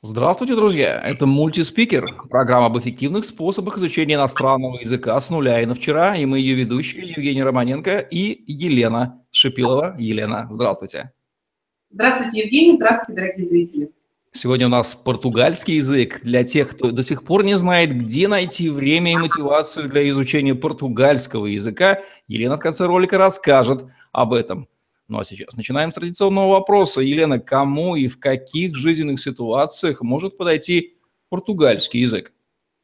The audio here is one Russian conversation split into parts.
Здравствуйте, друзья! Это мультиспикер, программа об эффективных способах изучения иностранного языка с нуля и на вчера. И мы ее ведущие Евгений Романенко и Елена Шипилова. Елена, здравствуйте! Здравствуйте, Евгений. Здравствуйте, дорогие зрители. Сегодня у нас португальский язык для тех, кто до сих пор не знает, где найти время и мотивацию для изучения португальского языка. Елена в конце ролика расскажет об этом. Ну а сейчас начинаем с традиционного вопроса. Елена, кому и в каких жизненных ситуациях может подойти португальский язык?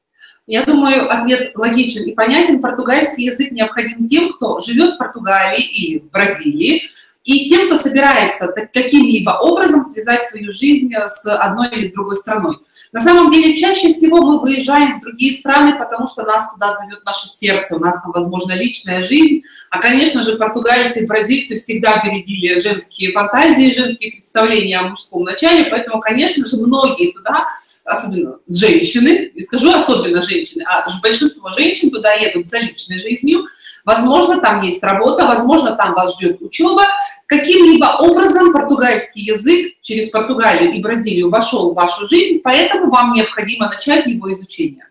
Я думаю, ответ логичен и понятен. Португальский язык необходим тем, кто живет в Португалии или в Бразилии, и тем, кто собирается каким-либо образом связать свою жизнь с одной или с другой страной. На самом деле, чаще всего мы выезжаем в другие страны, потому что нас туда зовет наше сердце, у нас там, возможно, личная жизнь. А, конечно же, португальцы и бразильцы всегда опередили женские фантазии, женские представления о мужском начале, поэтому, конечно же, многие туда, особенно женщины, не скажу особенно женщины, а большинство женщин туда едут за личной жизнью. Возможно, там есть работа, возможно, там вас ждет учеба. Каким-либо образом португальский язык через Португалию и Бразилию вошел в вашу жизнь, поэтому вам необходимо начать его изучение.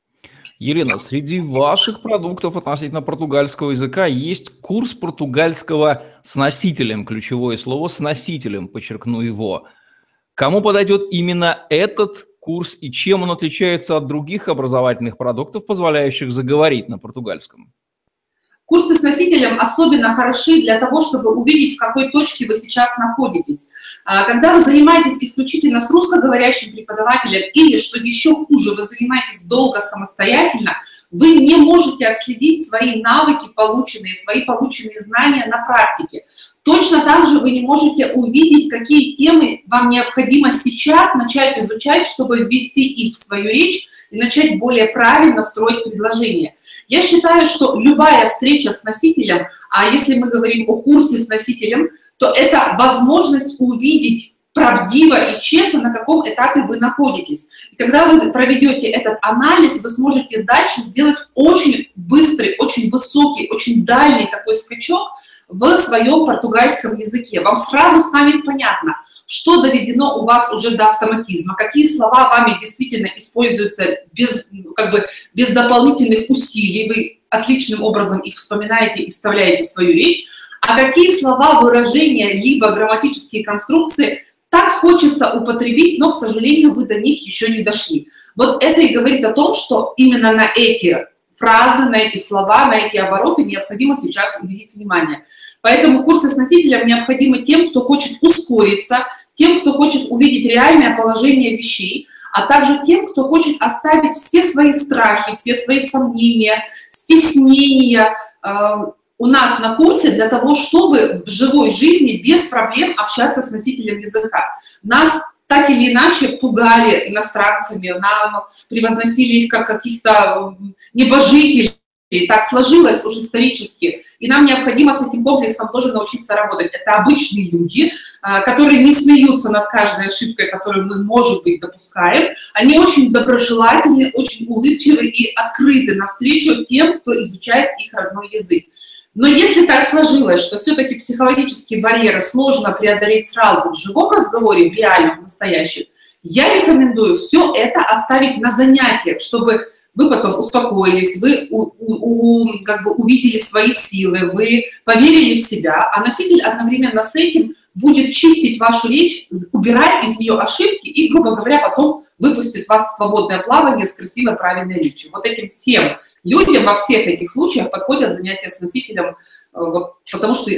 Елена, среди ваших продуктов относительно португальского языка есть курс португальского с носителем. Ключевое слово «с носителем», подчеркну его. Кому подойдет именно этот курс и чем он отличается от других образовательных продуктов, позволяющих заговорить на португальском? Курсы с носителем особенно хороши для того, чтобы увидеть, в какой точке вы сейчас находитесь. Когда вы занимаетесь исключительно с русскоговорящим преподавателем или, что еще хуже, вы занимаетесь долго самостоятельно, вы не можете отследить свои навыки свои полученные знания на практике. Точно так же вы не можете увидеть, какие темы вам необходимо сейчас начать изучать, чтобы ввести их в свою речь и начать более правильно строить предложение. Я считаю, что любая встреча с носителем, а если мы говорим о курсе с носителем, то это возможность увидеть правдиво и честно, на каком этапе вы находитесь. И когда вы проведете этот анализ, вы сможете дальше сделать очень быстрый, очень высокий, очень дальний такой скачок в своем португальском языке. Вам сразу станет понятно, что доведено у вас уже до автоматизма, какие слова вами действительно используются без дополнительных усилий, вы отличным образом их вспоминаете и вставляете в свою речь, а какие слова, выражения, либо грамматические конструкции так хочется употребить, но, к сожалению, вы до них еще не дошли. Вот это и говорит о том, что именно на эти фразы, на эти слова, на эти обороты необходимо сейчас уделить внимание. Поэтому курсы с носителем необходимы тем, кто хочет ускориться, тем, кто хочет увидеть реальное положение вещей, а также тем, кто хочет оставить все свои страхи, все свои сомнения, стеснения у нас на курсе для того, чтобы в живой жизни без проблем общаться с носителем языка. Нас так или иначе пугали иностранцами, нам превозносили их как каких-то небожителей. Так сложилось уже исторически, и нам необходимо с этим комплексом тоже научиться работать. Это обычные люди, которые не смеются над каждой ошибкой, которую мы, может быть, допускаем. Они очень доброжелательны, очень улыбчивы и открыты навстречу тем, кто изучает их родной язык. Но если так сложилось, что все-таки психологические барьеры сложно преодолеть сразу в живом разговоре, в реальном, в настоящем, я рекомендую все это оставить на занятиях, чтобы вы потом успокоились, вы увидели свои силы, вы поверили в себя, а носитель одновременно с этим будет чистить вашу речь, убирать из нее ошибки и, грубо говоря, потом выпустит вас в свободное плавание с красивой, правильной речью. Вот этим всем людям во всех этих случаях подходят занятия с носителем, потому что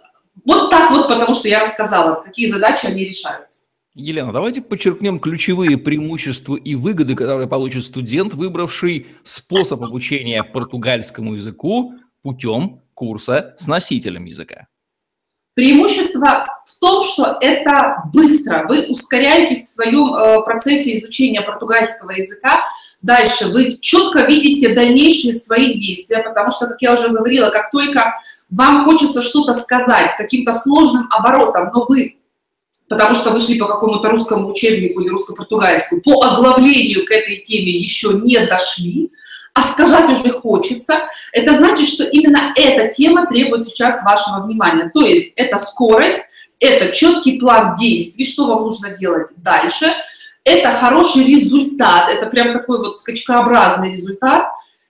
потому что я рассказала, какие задачи они решают. Елена, давайте подчеркнем ключевые преимущества и выгоды, которые получит студент, выбравший способ обучения португальскому языку путем курса с носителем языка. Преимущество в том, что это быстро. Вы ускоряетесь в своем процессе изучения португальского языка. Дальше вы четко видите дальнейшие свои действия, потому что, как я уже говорила, как только вам хочется что-то сказать каким-то сложным оборотом, но вы, потому что вы шли по какому-то русскому учебнику или русско-португальскому, по оглавлению к этой теме еще не дошли, а сказать уже хочется, это значит, что именно эта тема требует сейчас вашего внимания. То есть это скорость, это четкий план действий, что вам нужно делать дальше, это хороший результат, это прям такой вот скачкообразный результат,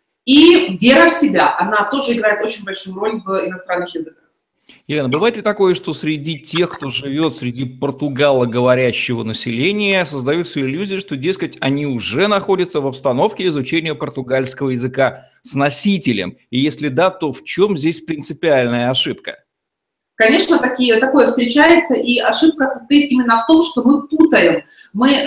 и вера в себя, она тоже играет очень большую роль в иностранных языках. Елена, бывает ли такое, что среди тех, кто живет среди португалоговорящего населения, создается иллюзия, что, дескать, они уже находятся в обстановке изучения португальского языка с носителем? И если да, то в чем здесь принципиальная ошибка? Конечно, такое встречается, и ошибка состоит именно в том, что мы путаем, мы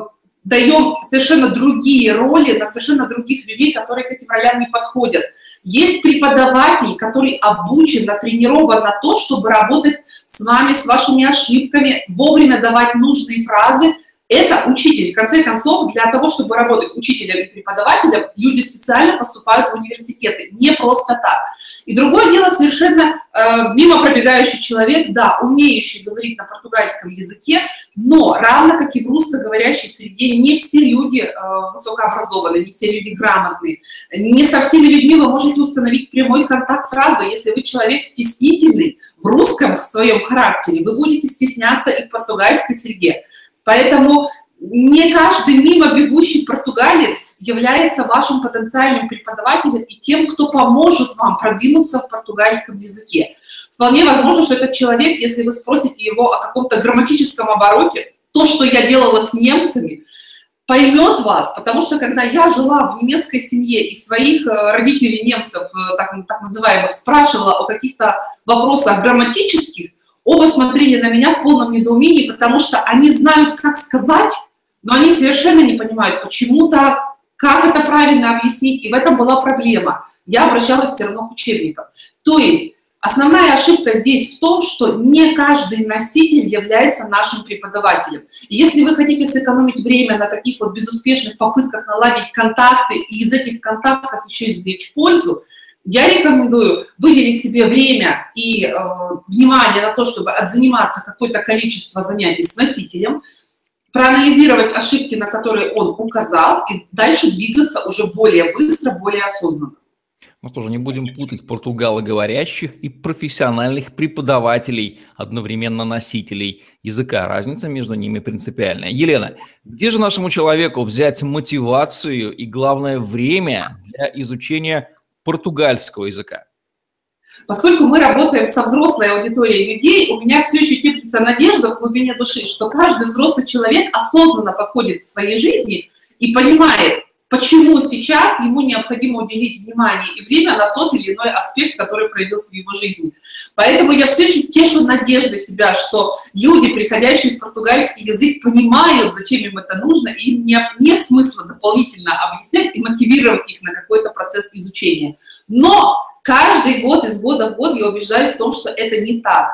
даем совершенно другие роли на совершенно других людей, которые к этим ролям не подходят. Есть преподаватель, который обучен, натренирован на то, чтобы работать с вами, с вашими ошибками, вовремя давать нужные фразы. Это учитель. В конце концов, для того, чтобы работать учителем и преподавателем, люди специально поступают в университеты, не просто так. И другое дело, совершенно мимо пробегающий человек, да, умеющий говорить на португальском языке, но равно как и в русскоговорящей среде, не все люди высокообразованные, не все люди грамотные. Не со всеми людьми вы можете установить прямой контакт сразу. Если вы человек стеснительный в русском в своем характере, вы будете стесняться и в португальской среде. Поэтому не каждый мимо бегущий португалец является вашим потенциальным преподавателем и тем, кто поможет вам продвинуться в португальском языке. Вполне возможно, что этот человек, если вы спросите его о каком-то грамматическом обороте, то, что я делала с немцами, поймет вас, потому что когда я жила в немецкой семье и своих родителей немцев, так называемых, спрашивала о каких-то вопросах грамматических, оба смотрели на меня в полном недоумении, потому что они знают, как сказать, но они совершенно не понимают, почему так, как это правильно объяснить, и в этом была проблема. Я обращалась все равно к учебникам. То есть основная ошибка здесь в том, что не каждый носитель является нашим преподавателем. И если вы хотите сэкономить время на таких вот безуспешных попытках наладить контакты и из этих контактов еще извлечь пользу, я рекомендую выделить себе время и внимание на то, чтобы отзаниматься какое-то количество занятий с носителем, проанализировать ошибки, на которые он указал, и дальше двигаться уже более быстро, более осознанно. Ну тоже не будем путать португалоговорящих и профессиональных преподавателей, одновременно носителей языка. Разница между ними принципиальная. Елена, где же нашему человеку взять мотивацию и, главное, время для изучения португальского языка? Поскольку мы работаем со взрослой аудиторией людей, у меня все еще теплится надежда в глубине души, что каждый взрослый человек осознанно подходит к своей жизни и понимает, почему сейчас ему необходимо уделить внимание и время на тот или иной аспект, который проявился в его жизни. Поэтому я все еще тешу надеждой себя, что люди, приходящие в португальский язык, понимают, зачем им это нужно, и им нет смысла дополнительно объяснять и мотивировать их на какой-то процесс изучения. Но каждый год, из года в год я убеждаюсь в том, что это не так.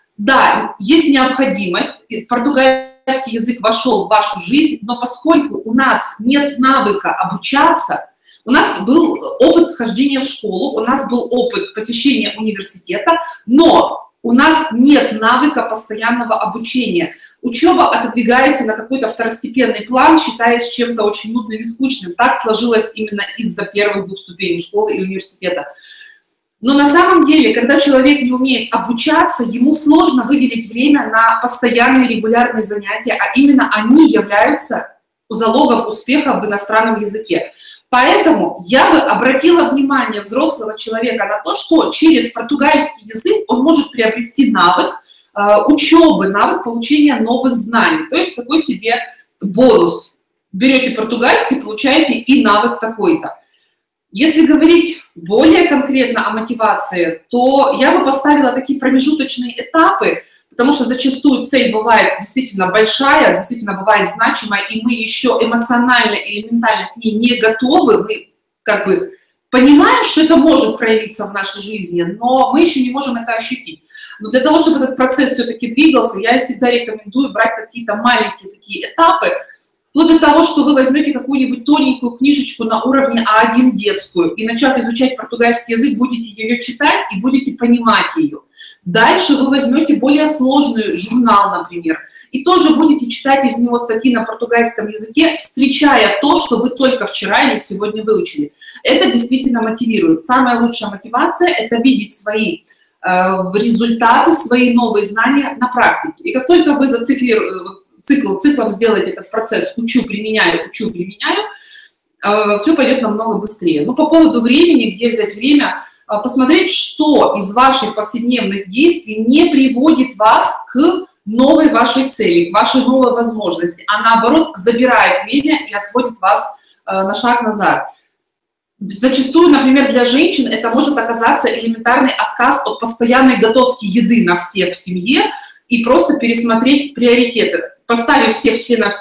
Да, есть необходимость, португальский язык вошел в вашу жизнь, но поскольку у нас нет навыка обучаться, у нас был опыт хождения в школу, у нас был опыт посещения университета, но у нас нет навыка постоянного обучения. Учеба отодвигается на какой-то второстепенный план, считаясь чем-то очень нудным и скучным. Так сложилось именно из-за первых двух ступеней школы и университета. Но на самом деле, когда человек не умеет обучаться, ему сложно выделить время на постоянные регулярные занятия, а именно они являются залогом успеха в иностранном языке. Поэтому я бы обратила внимание взрослого человека на то, что через португальский язык он может приобрести навык учебы, навык получения новых знаний. То есть такой себе бонус. Берете португальский, получаете и навык такой-то. Если говорить более конкретно о мотивации, то я бы поставила такие промежуточные этапы, потому что зачастую цель бывает действительно большая, действительно бывает значимая, и мы еще эмоционально или ментально к ней не готовы, мы как бы понимаем, что это может проявиться в нашей жизни, но мы еще не можем это ощутить. Но для того, чтобы этот процесс все-таки двигался, я всегда рекомендую брать какие-то маленькие такие этапы, вплоть до того, что вы возьмете какую-нибудь тоненькую книжечку на уровне А1 детскую и, начав изучать португальский язык, будете ее читать и будете понимать ее. Дальше вы возьмете более сложный журнал, например, и тоже будете читать из него статьи на португальском языке, встречая то, что вы только вчера или сегодня выучили. Это действительно мотивирует. Самая лучшая мотивация – это видеть свои результаты, свои новые знания на практике. И как только вы циклом сделать этот процесс учу, применяю, все пойдет намного быстрее. Ну, по поводу времени, где взять время, посмотреть, что из ваших повседневных действий не приводит вас к новой вашей цели, к вашей новой возможности, а наоборот забирает время и отводит вас на шаг назад. Зачастую, например, для женщин это может оказаться элементарный отказ от постоянной готовки еды на всех в семье и просто пересмотреть приоритеты. Поставив всех членов